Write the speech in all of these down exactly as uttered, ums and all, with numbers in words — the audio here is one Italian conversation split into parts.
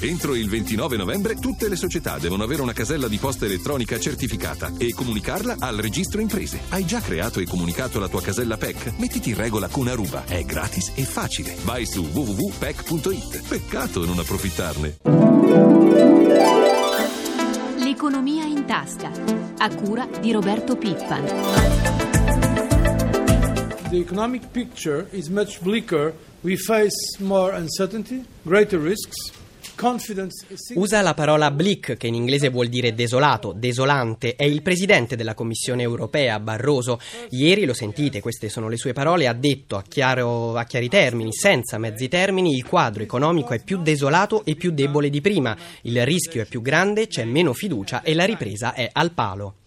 Entro il ventinove novembre tutte le società devono avere una casella di posta elettronica certificata e comunicarla al registro imprese. Hai già creato e comunicato la tua casella P E C? Mettiti in regola con Aruba. È gratis e facile. Vai su w w w punto p e c punto i t. Peccato non approfittarne. L'economia in tasca, a cura di Roberto Pippan. The economic picture is much bleaker. We face more uncertainty, greater risks. Usa la parola bleak, che in inglese vuol dire desolato, desolante. È il presidente della Commissione europea, Barroso. Ieri, lo sentite, queste sono le sue parole, ha detto a, chiaro, a chiari termini, senza mezzi termini, il quadro economico è più desolato e più debole di prima. Il rischio è più grande, c'è meno fiducia e la ripresa è al palo.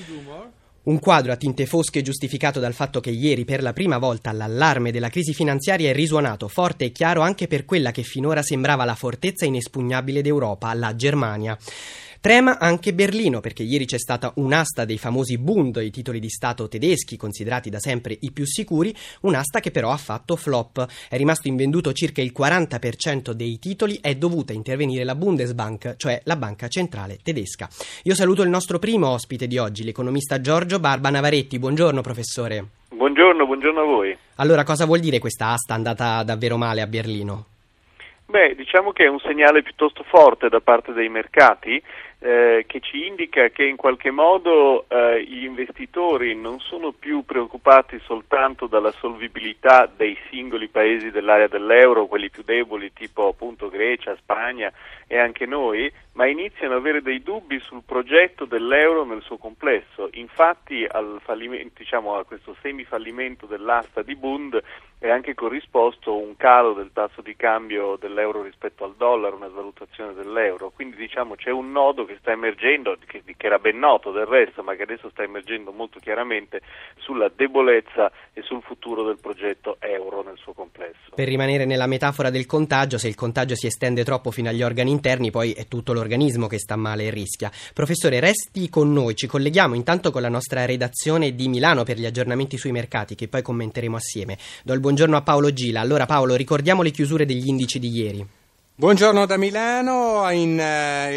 Un quadro a tinte fosche giustificato dal fatto che ieri per la prima volta l'allarme della crisi finanziaria è risuonato forte e chiaro anche per quella che finora sembrava la fortezza inespugnabile d'Europa, la Germania. Trema anche Berlino, perché ieri c'è stata un'asta dei famosi Bund, i titoli di Stato tedeschi, considerati da sempre i più sicuri, un'asta che però ha fatto flop. È rimasto invenduto circa il quaranta per cento dei titoli, è dovuta intervenire la Bundesbank, cioè la banca centrale tedesca. Io saluto il nostro primo ospite di oggi, l'economista Giorgio Barba Navaretti. Buongiorno professore. Buongiorno, buongiorno a voi. Allora, cosa vuol dire questa asta andata davvero male a Berlino? Beh, diciamo che è un segnale piuttosto forte da parte dei mercati eh, che ci indica che in qualche modo eh, gli investitori non sono più preoccupati soltanto dalla solvibilità dei singoli paesi dell'area dell'euro, quelli più deboli tipo appunto Grecia, Spagna e anche noi, ma iniziano ad avere dei dubbi sul progetto dell'euro nel suo complesso. Infatti al fallimento, diciamo, a questo semifallimento dell'asta di Bund è anche corrisposto un calo del tasso di cambio dell'euro rispetto al dollaro, una svalutazione dell'euro. Quindi diciamo c'è un nodo che sta emergendo, che, che era ben noto del resto, ma che adesso sta emergendo molto chiaramente sulla debolezza e sul futuro del progetto euro nel suo complesso. Per rimanere nella metafora del contagio, se il contagio si estende troppo fino agli organi interni, poi è tutto l'organismo che sta male e rischia. Professore, resti con noi, ci colleghiamo intanto con la nostra redazione di Milano per gli aggiornamenti sui mercati, che poi commenteremo assieme. Do il buongiorno a Paolo Gila. Allora Paolo, ricordiamo le chiusure degli indici di ieri. Buongiorno da Milano. In uh,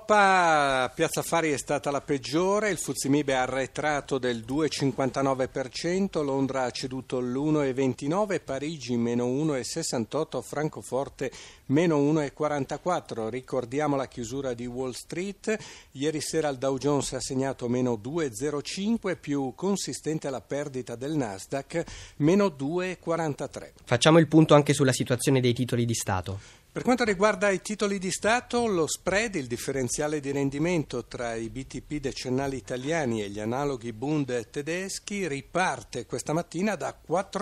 Europa Piazza Affari è stata la peggiore, il Fuzimib è arretrato del due virgola cinquantanove per cento, Londra ha ceduto l'uno virgola ventinove, Parigi meno uno virgola sessantotto, Francoforte meno uno virgola quarantaquattro. Ricordiamo la chiusura di Wall Street, ieri sera il Dow Jones ha segnato meno due virgola zero cinque, più consistente la perdita del Nasdaq, meno due virgola quarantatré. Facciamo il punto anche sulla situazione dei titoli di Stato. Per quanto riguarda i titoli di Stato, lo spread, il differenziale di rendimento tra i B T P decennali italiani e gli analoghi Bund tedeschi, riparte questa mattina da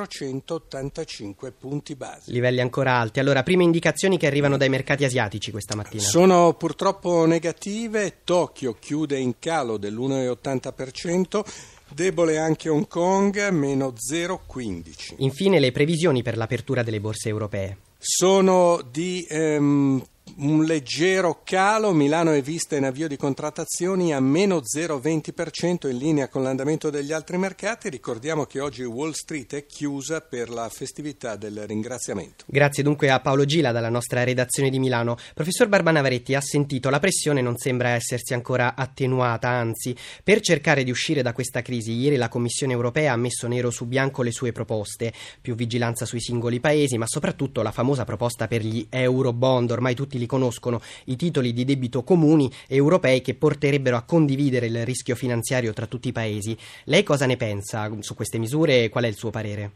quattrocentottantacinque punti base. Livelli ancora alti. Allora, prime indicazioni che arrivano dai mercati asiatici questa mattina. Sono purtroppo negative. Tokyo chiude in calo dell'uno virgola ottanta per cento. Debole anche Hong Kong, meno zero virgola quindici. Infine le previsioni per l'apertura delle borse europee. Sono di ehm, un leggero calo. Milano è vista in avvio di contrattazioni a meno zero virgola venti per cento, in linea con l'andamento degli altri mercati. Ricordiamo che oggi Wall Street è chiusa per la festività del ringraziamento. Grazie dunque a Paolo Gila dalla nostra redazione di Milano. Professor Barba Navaretti, ha sentito, la pressione non sembra essersi ancora attenuata, anzi, per cercare di uscire da questa crisi, ieri la Commissione europea ha messo nero su bianco le sue proposte, più vigilanza sui singoli paesi, ma soprattutto la famosa proposta per gli Eurobond. Ormai tutti li conoscono, i titoli di debito comuni europei che porterebbero a condividere il rischio finanziario tra tutti i paesi. Lei cosa ne pensa su queste misure e qual è il suo parere?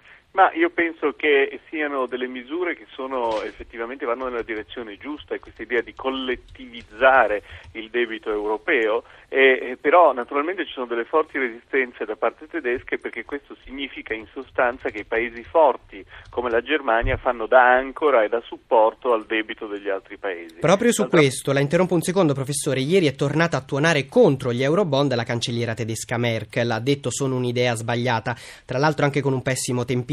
Ma io penso che siano delle misure che sono effettivamente vanno nella direzione giusta, e questa idea di collettivizzare il debito europeo, e, e però naturalmente ci sono delle forti resistenze da parte tedesche, perché questo significa in sostanza che i paesi forti come la Germania fanno da ancora e da supporto al debito degli altri paesi. Proprio su D'altra... questo, la interrompo un secondo professore, ieri è tornata a tuonare contro gli Eurobond la cancelliera tedesca Merkel, ha detto sono un'idea sbagliata, tra l'altro anche con un pessimo tempismo,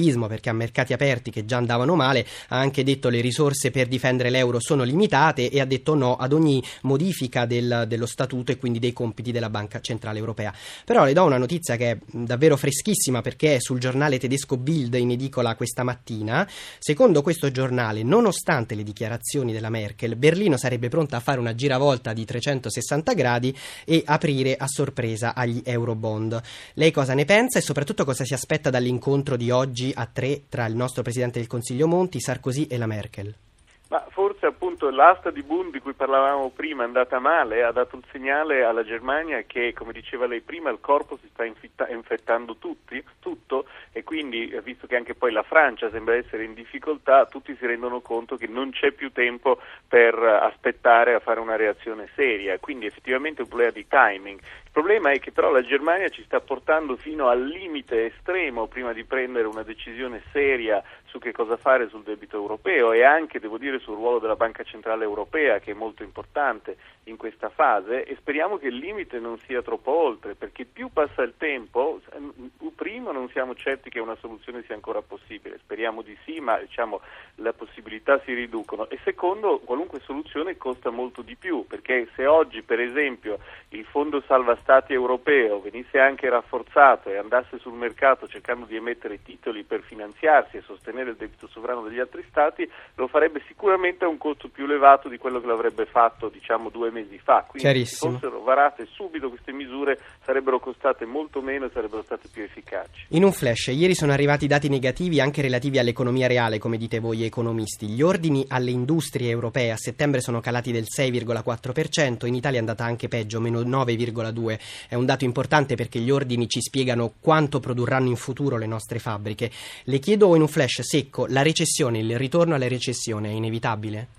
realismo, perché a mercati aperti che già andavano male ha anche detto le risorse per difendere l'euro sono limitate e ha detto no ad ogni modifica del, dello statuto e quindi dei compiti della Banca Centrale Europea. Però le do una notizia che è davvero freschissima, perché è sul giornale tedesco Bild in edicola questa mattina. Secondo questo giornale, nonostante le dichiarazioni della Merkel, Berlino sarebbe pronta a fare una giravolta di trecentosessanta gradi e aprire a sorpresa agli Eurobond. Lei cosa ne pensa e soprattutto cosa si aspetta dall'incontro di oggi a tre tra il nostro Presidente del Consiglio Monti, Sarkozy e la Merkel? Ma forse appunto l'asta di Bund di cui parlavamo prima è andata male, ha dato il segnale alla Germania che, come diceva lei prima, il corpo si sta infitta- infettando tutti, tutto, e quindi, visto che anche poi la Francia sembra essere in difficoltà, tutti si rendono conto che non c'è più tempo per aspettare a fare una reazione seria, quindi effettivamente è un problema di timing. Il problema è che però la Germania ci sta portando fino al limite estremo prima di prendere una decisione seria su che cosa fare sul debito europeo e anche, devo dire, sul ruolo della Banca Centrale Europea, che è molto importante in questa fase, e speriamo che il limite non sia troppo oltre, perché più passa il tempo, primo non siamo certi che una soluzione sia ancora possibile, speriamo di sì, ma diciamo le possibilità si riducono, e secondo, qualunque soluzione costa molto di più, perché se oggi per esempio il fondo salva stati europeo venisse anche rafforzato e andasse sul mercato cercando di emettere titoli per finanziarsi e sostenere il debito sovrano degli altri stati, lo farebbe sicuramente a un costo più elevato di quello che l'avrebbe fatto diciamo due mesi fa, quindi se fossero varate subito queste misure sarebbero costate molto meno e sarebbero state più efficaci. In un flash, ieri sono arrivati dati negativi anche relativi all'economia reale, come dite voi economisti. Gli ordini alle industrie europee a settembre sono calati del sei virgola quattro per cento, in Italia è andata anche peggio, meno nove virgola due per cento. È un dato importante perché gli ordini ci spiegano quanto produrranno in futuro le nostre fabbriche. Le chiedo in un flash secco, la recessione, il ritorno alla recessione è inevitabile?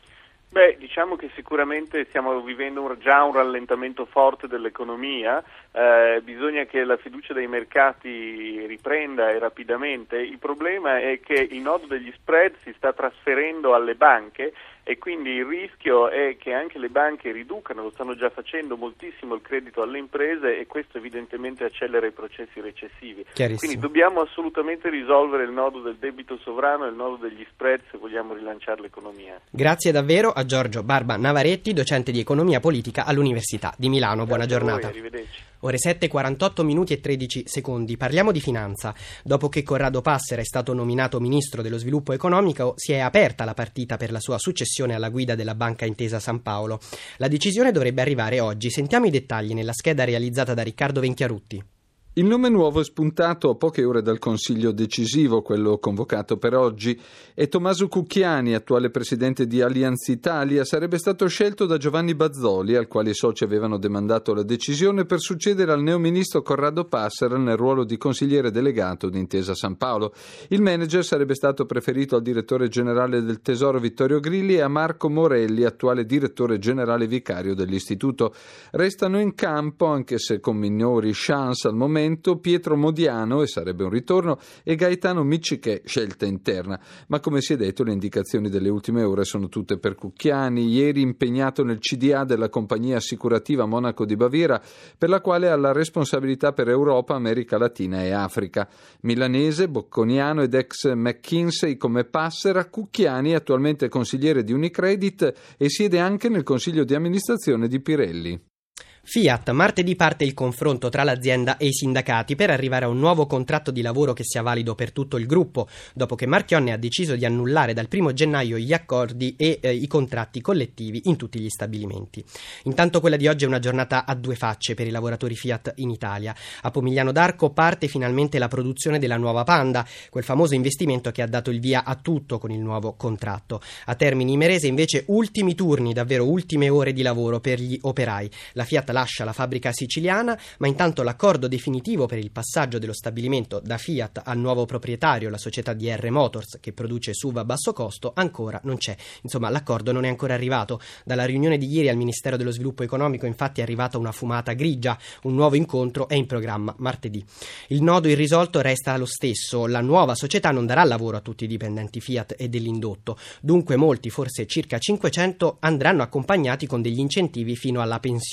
Beh, diciamo che sicuramente stiamo vivendo un, già un rallentamento forte dell'economia, eh, bisogna che la fiducia dei mercati riprenda e rapidamente. Il problema è che il nodo degli spread si sta trasferendo alle banche e quindi il rischio è che anche le banche riducano, lo stanno già facendo moltissimo, il credito alle imprese, e questo evidentemente accelera i processi recessivi. Quindi dobbiamo assolutamente risolvere il nodo del debito sovrano e il nodo degli spread se vogliamo rilanciare l'economia. Grazie davvero a Giorgio Barba Navaretti, docente di economia politica all'Università di Milano. Buona Grazie giornata. A voi, arrivederci. Ore sette e quarantotto minuti e tredici secondi. Parliamo di finanza. Dopo che Corrado Passera è stato nominato ministro dello sviluppo economico, si è aperta la partita per la sua successione alla guida della Banca Intesa San Paolo. La decisione dovrebbe arrivare oggi. Sentiamo i dettagli nella scheda realizzata da Riccardo Venchiarutti. Il nome nuovo è spuntato a poche ore dal consiglio decisivo, quello convocato per oggi, e Tommaso Cucchiani, attuale presidente di Allianz Italia, sarebbe stato scelto da Giovanni Bazzoli, al quale i soci avevano demandato la decisione per succedere al neoministro Corrado Passera nel ruolo di consigliere delegato di Intesa San Paolo. Il manager sarebbe stato preferito al direttore generale del Tesoro Vittorio Grilli e a Marco Morelli, attuale direttore generale vicario dell'istituto. Restano in campo, anche se con minori chance al momento, Pietro Modiano, e sarebbe un ritorno, e Gaetano Miccichè, scelta interna. Ma come si è detto, le indicazioni delle ultime ore sono tutte per Cucchiani, ieri impegnato nel C D A della compagnia assicurativa Monaco di Baviera, per la quale ha la responsabilità per Europa, America Latina e Africa. Milanese, bocconiano ed ex McKinsey come Passera, Cucchiani, attualmente consigliere di Unicredit e siede anche nel consiglio di amministrazione di Pirelli. Fiat, martedì parte il confronto tra l'azienda e i sindacati per arrivare a un nuovo contratto di lavoro che sia valido per tutto il gruppo, dopo che Marchionne ha deciso di annullare dal primo gennaio gli accordi e eh, i contratti collettivi in tutti gli stabilimenti. Intanto quella di oggi è una giornata a due facce per i lavoratori Fiat in Italia. A Pomigliano d'Arco parte finalmente la produzione della nuova Panda, quel famoso investimento che ha dato il via a tutto con il nuovo contratto. A Termini Imerese invece ultimi turni, davvero ultime ore di lavoro per gli operai. La Fiat lascia la fabbrica siciliana, ma intanto l'accordo definitivo per il passaggio dello stabilimento da Fiat al nuovo proprietario, la società D R Motors, che produce S U V a basso costo, ancora non c'è. Insomma, l'accordo non è ancora arrivato. Dalla riunione di ieri al Ministero dello Sviluppo Economico, infatti, è arrivata una fumata grigia. Un nuovo incontro è in programma martedì. Il nodo irrisolto resta lo stesso. La nuova società non darà lavoro a tutti i dipendenti Fiat e dell'indotto. Dunque molti, forse circa cinquecento, andranno accompagnati con degli incentivi fino alla pensione.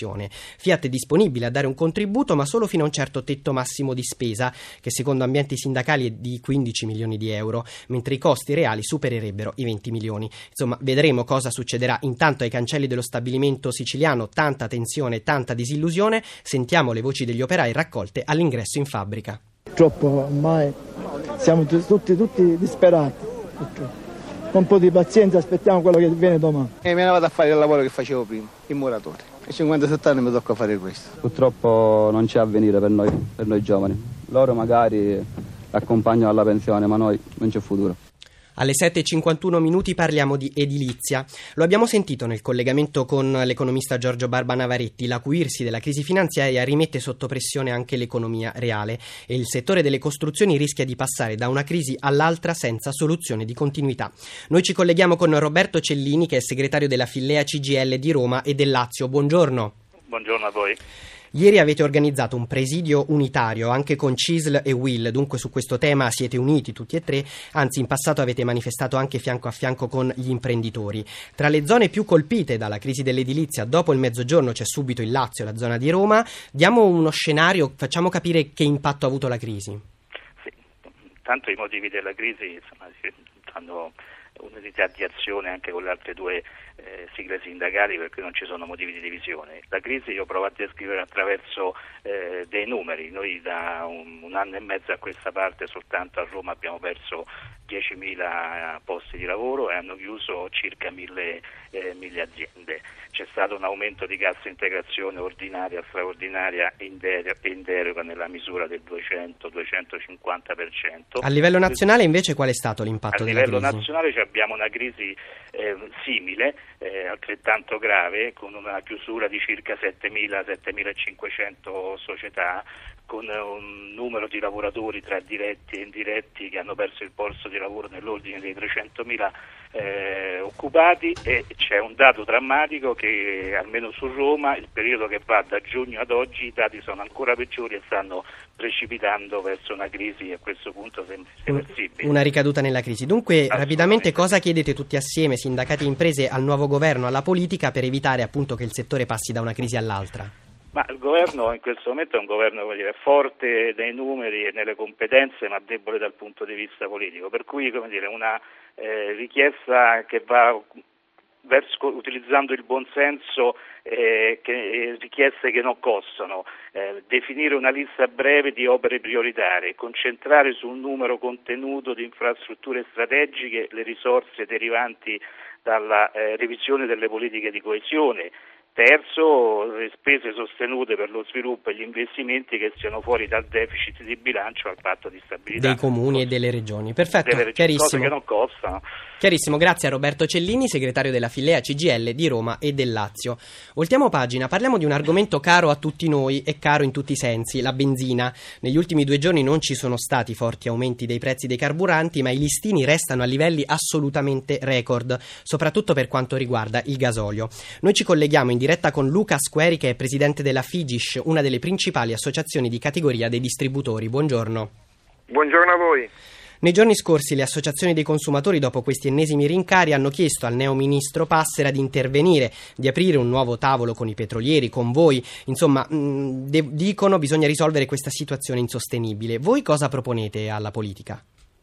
Fiat è disponibile a dare un contributo, ma solo fino a un certo tetto massimo di spesa, che secondo ambienti sindacali è di quindici milioni di euro, mentre i costi reali supererebbero i venti milioni. Insomma, vedremo cosa succederà. Intanto ai cancelli dello stabilimento siciliano tanta tensione e tanta disillusione. Sentiamo le voci degli operai raccolte all'ingresso in fabbrica. Purtroppo ormai siamo tutti, tutti disperati. Con un po' di pazienza aspettiamo quello che viene domani. E me ne vado a fare il lavoro che facevo prima, il muratore. A cinquantasette anni mi tocca fare questo. Purtroppo non c'è avvenire per noi, per noi giovani. Loro magari accompagnano alla pensione, ma noi non c'è futuro. Alle sette e cinquantuno minuti parliamo di edilizia. Lo abbiamo sentito nel collegamento con l'economista Giorgio Barba Navaretti. L'acuirsi della crisi finanziaria rimette sotto pressione anche l'economia reale e il settore delle costruzioni rischia di passare da una crisi all'altra senza soluzione di continuità. Noi ci colleghiamo con Roberto Cellini, che è segretario della Fillea C G I L di Roma e del Lazio. Buongiorno. Buongiorno a voi. Ieri avete organizzato un presidio unitario anche con C I S L e U I L, dunque su questo tema siete uniti tutti e tre, anzi in passato avete manifestato anche fianco a fianco con gli imprenditori. Tra le zone più colpite dalla crisi dell'edilizia dopo il mezzogiorno c'è subito il Lazio, la zona di Roma. Diamo uno scenario, facciamo capire che impatto ha avuto la crisi. Sì, tanto i motivi della crisi insomma, hanno un'unità di azione anche con le altre due eh, sigle sindacali, perché non ci sono motivi di divisione. La crisi io provo a descrivere attraverso eh, dei numeri. Noi da un, un anno e mezzo a questa parte soltanto a Roma abbiamo perso diecimila posti di lavoro e hanno chiuso circa mille, eh, mille aziende. C'è stato un aumento di cassa integrazione ordinaria, straordinaria e in deroga nella misura del duecento duecentocinquanta per cento. A livello nazionale invece qual è stato l'impatto della crisi? A livello nazionale abbiamo una crisi eh, simile, eh, altrettanto grave, con una chiusura di circa settemila settemilacinquecento società, con un numero di lavoratori tra diretti e indiretti che hanno perso il posto di lavoro nell'ordine dei trecentomila eh, occupati, e c'è un dato drammatico che almeno su Roma il periodo che va da giugno ad oggi i dati sono ancora peggiori e stanno precipitando verso una crisi, e a questo punto sembra irreversibile. Una ricaduta nella crisi. Dunque rapidamente cosa chiedete tutti assieme, sindacati e imprese, al nuovo governo, alla politica, per evitare appunto che il settore passi da una crisi all'altra? Ma il governo in questo momento è un governo, come dire, forte nei numeri e nelle competenze, ma debole dal punto di vista politico, per cui, come dire, una eh, richiesta che va verso, utilizzando il buonsenso, eh, che, eh, richieste che non costano, eh, definire una lista breve di opere prioritarie, concentrare su un numero contenuto di infrastrutture strategiche le risorse derivanti dalla eh, revisione delle politiche di coesione. Terzo, le spese sostenute per lo sviluppo e gli investimenti che siano fuori dal deficit di bilancio al patto di stabilità. Dei comuni e delle regioni. Perfetto, delle regioni, chiarissimo. Cose che non costano. Chiarissimo, grazie a Roberto Cellini, segretario della Fillea C G I L di Roma e del Lazio. Voltiamo pagina, parliamo di un argomento caro a tutti noi e caro in tutti i sensi, la benzina. Negli ultimi due giorni non ci sono stati forti aumenti dei prezzi dei carburanti, ma i listini restano a livelli assolutamente record, soprattutto per quanto riguarda il gasolio. Noi ci colleghiamo in diretta con Luca Squeri, che è presidente della Figish, una delle principali associazioni di categoria dei distributori. Buongiorno. Buongiorno a voi. Nei giorni scorsi le associazioni dei consumatori, dopo questi ennesimi rincari, hanno chiesto al neo ministro Passera di intervenire, di aprire un nuovo tavolo con i petrolieri, con voi. Insomma, mh, de- dicono bisogna risolvere questa situazione insostenibile. Voi cosa proponete alla politica?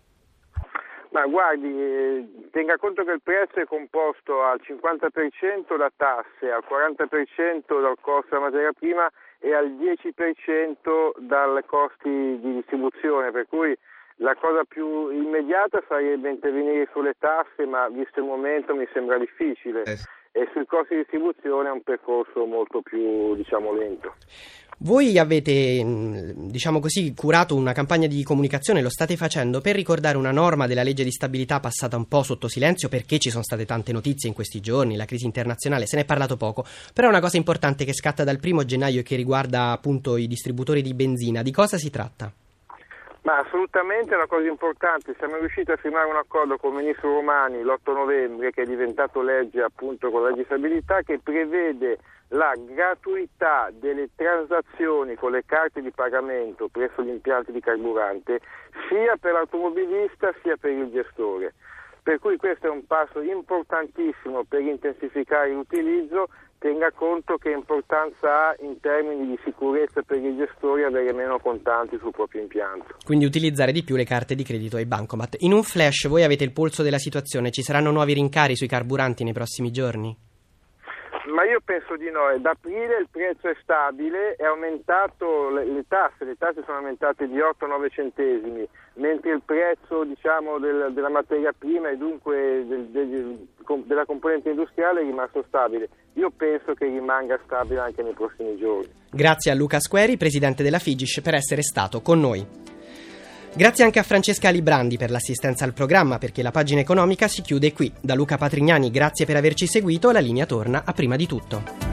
Ma guardi, eh, tenga conto che il prezzo è composto al cinquanta per cento da tasse, al quaranta per cento dal costo della materia prima e al dieci per cento dai costi di distribuzione, per cui la cosa più immediata sarebbe intervenire sulle tasse, ma visto il momento mi sembra difficile, eh. e sui costi di distribuzione è un percorso molto più, diciamo, lento. Voi avete, diciamo così, curato una campagna di comunicazione, lo state facendo per ricordare una norma della legge di stabilità passata un po' sotto silenzio perché ci sono state tante notizie in questi giorni, la crisi internazionale, se ne è parlato poco, però è una cosa importante che scatta dal primo gennaio e che riguarda appunto i distributori di benzina. Di cosa si tratta? Ma assolutamente è una cosa importante. Siamo riusciti a firmare un accordo con il ministro Romani l'otto novembre, che è diventato legge appunto con la legge di stabilità, che prevede la gratuità delle transazioni con le carte di pagamento presso gli impianti di carburante sia per l'automobilista sia per il gestore. Per cui questo è un passo importantissimo per intensificare l'utilizzo. Tenga conto che importanza ha in termini di sicurezza per i gestori avere meno contanti sul proprio impianto. Quindi utilizzare di più le carte di credito ai bancomat. In un flash voi avete il polso della situazione, ci saranno nuovi rincari sui carburanti nei prossimi giorni? Ma io penso di no, da aprile il prezzo è stabile, è aumentato le, le tasse, le tasse sono aumentate di otto nove centesimi, mentre il prezzo diciamo del, della materia prima e dunque del, del, della componente industriale è rimasto stabile. Io penso che rimanga stabile anche nei prossimi giorni. Grazie a Luca Squeri, presidente della Figis, per essere stato con noi. Grazie anche a Francesca Librandi per l'assistenza al programma, perché la pagina economica si chiude qui. Da Luca Patrignani, grazie per averci seguito, la linea torna a Prima di Tutto.